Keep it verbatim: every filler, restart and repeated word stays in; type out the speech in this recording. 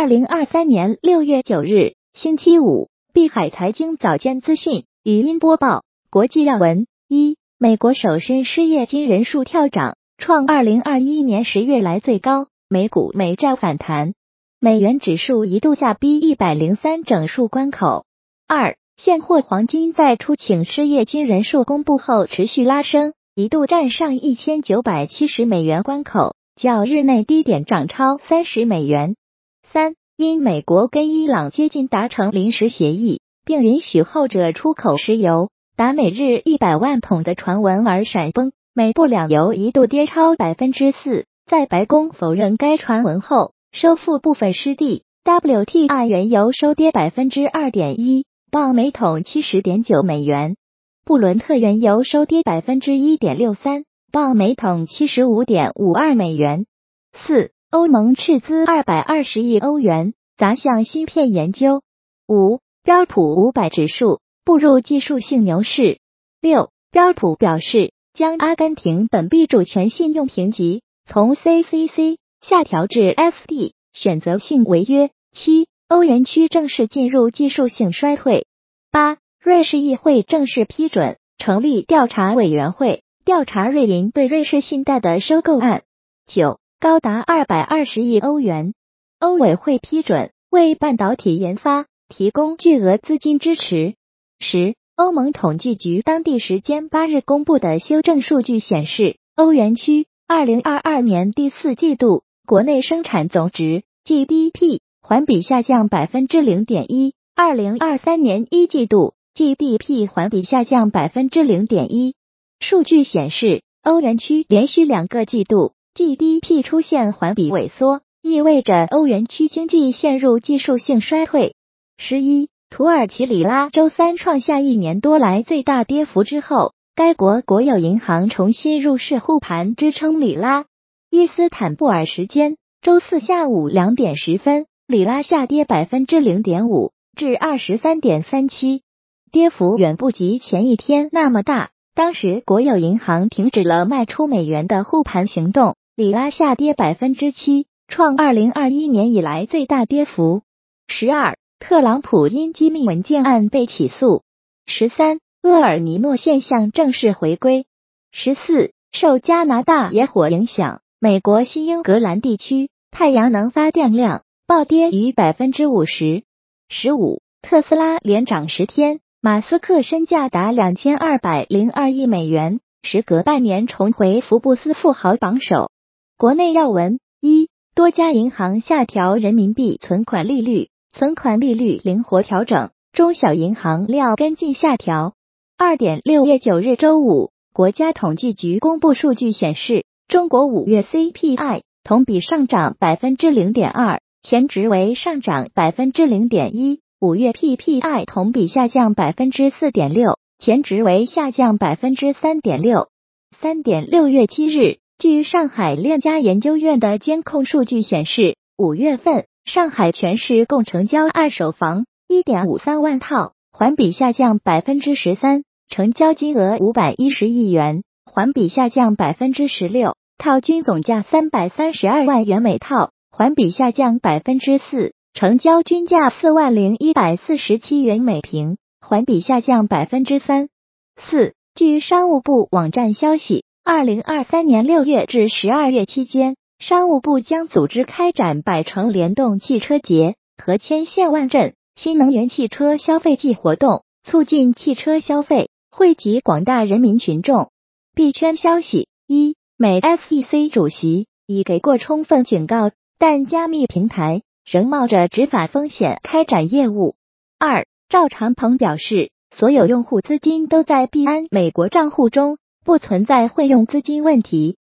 二零二三年六月九日，星期五，碧海财经早间资讯，语音播报，国际要闻。一、美国首申失业金人数跳涨，创二零二一年十月来最高，美股美债反弹，美元指数一度下逼一百零三整数关口。二、现货黄金在初请失业金人数公布后持续拉升，一度站上一千九百七十美元关口，较日内低点涨超三十美元。三、因美国跟伊朗接近达成临时协议，并允许后者出口石油，达每日一百万桶的传闻而闪崩，美布两油一度跌超 百分之四， 在白宫否认该传闻后，收复部分失地。 W T I 原油收跌 百分之二点一， 报每桶 七十点九美元，布伦特原油收跌 百分之一点六三， 报每桶 七十五点五二美元。四、欧盟斥资二百二十亿欧元砸向芯片研究。五、标普五百指数步入技术性牛市。六、标普表示将阿根廷本币主权信用评级从 C C C 下调至 F D 选择性违约。七、欧元区正式进入技术性衰退。八、瑞士议会正式批准成立调查委员会，调查瑞银对瑞士信贷的收购案。九、高达二百二十亿欧元，欧委会批准为半导体研发提供巨额资金支持。十、欧盟统计局当地时间八日公布的修正数据显示，欧元区二零二二年第四季度国内生产总值 G D P 环比下降 百分之零点一， 二零二三年一季度 G D P 环比下降 百分之零点一。 数据显示，欧元区连续两个季度 G D P 出现环比萎缩，意味着欧元区经济陷入技术性衰退。十一、土耳其里拉周三创下一年多来最大跌幅之后，该国国有银行重新入市护盘支撑里拉。伊斯坦布尔时间周四下午两点十分，里拉下跌 百分之零点五 至 二十三点三七， 跌幅远不及前一天那么大，当时国有银行停止了卖出美元的护盘行动，里拉下跌 百分之七， 创二零二一年以来最大跌幅。十二、特朗普因机密文件案被起诉。十三、厄尔尼诺现象正式回归。十四、受加拿大野火影响，美国西英格兰地区太阳能发电量暴跌逾 百分之五十。十五、特斯拉连涨十天，马斯克身价达两千二百零二亿美元，时隔半年重回福布斯富豪榜首。国内要闻。一、多家银行下调人民币存款利率，存款利率灵活调整，中小银行料跟进下调。二点六月九日周五，国家统计局公布数据显示，中国五月 C P I 同比上涨 百分之零点二， 前值为上涨 百分之零点一， 五月 P P I 同比下降 百分之四点六， 前值为下降 百分之三点六。三点六月七日，据上海链家研究院的监控数据显示，五月份上海全市共成交二手房 一点五三万套，环比下降 百分之十三， 成交金额五百一十亿元，环比下降 百分之十六， 套均总价三百三十二万元每套，环比下降 百分之四， 成交均价四万零一百四十七元每平，环比下降 百分之三。四、据商务部网站消息，二零二三年六月至十二月期间，商务部将组织开展百城联动汽车节和千县万镇新能源汽车消费季活动，促进汽车消费，惠及广大人民群众。币圈消息。一、美 S E C 主席已给过充分警告，但加密平台仍冒着执法风险开展业务。二、赵长鹏表示，所有用户资金都在币安美国账户中，不存在混用资金问题。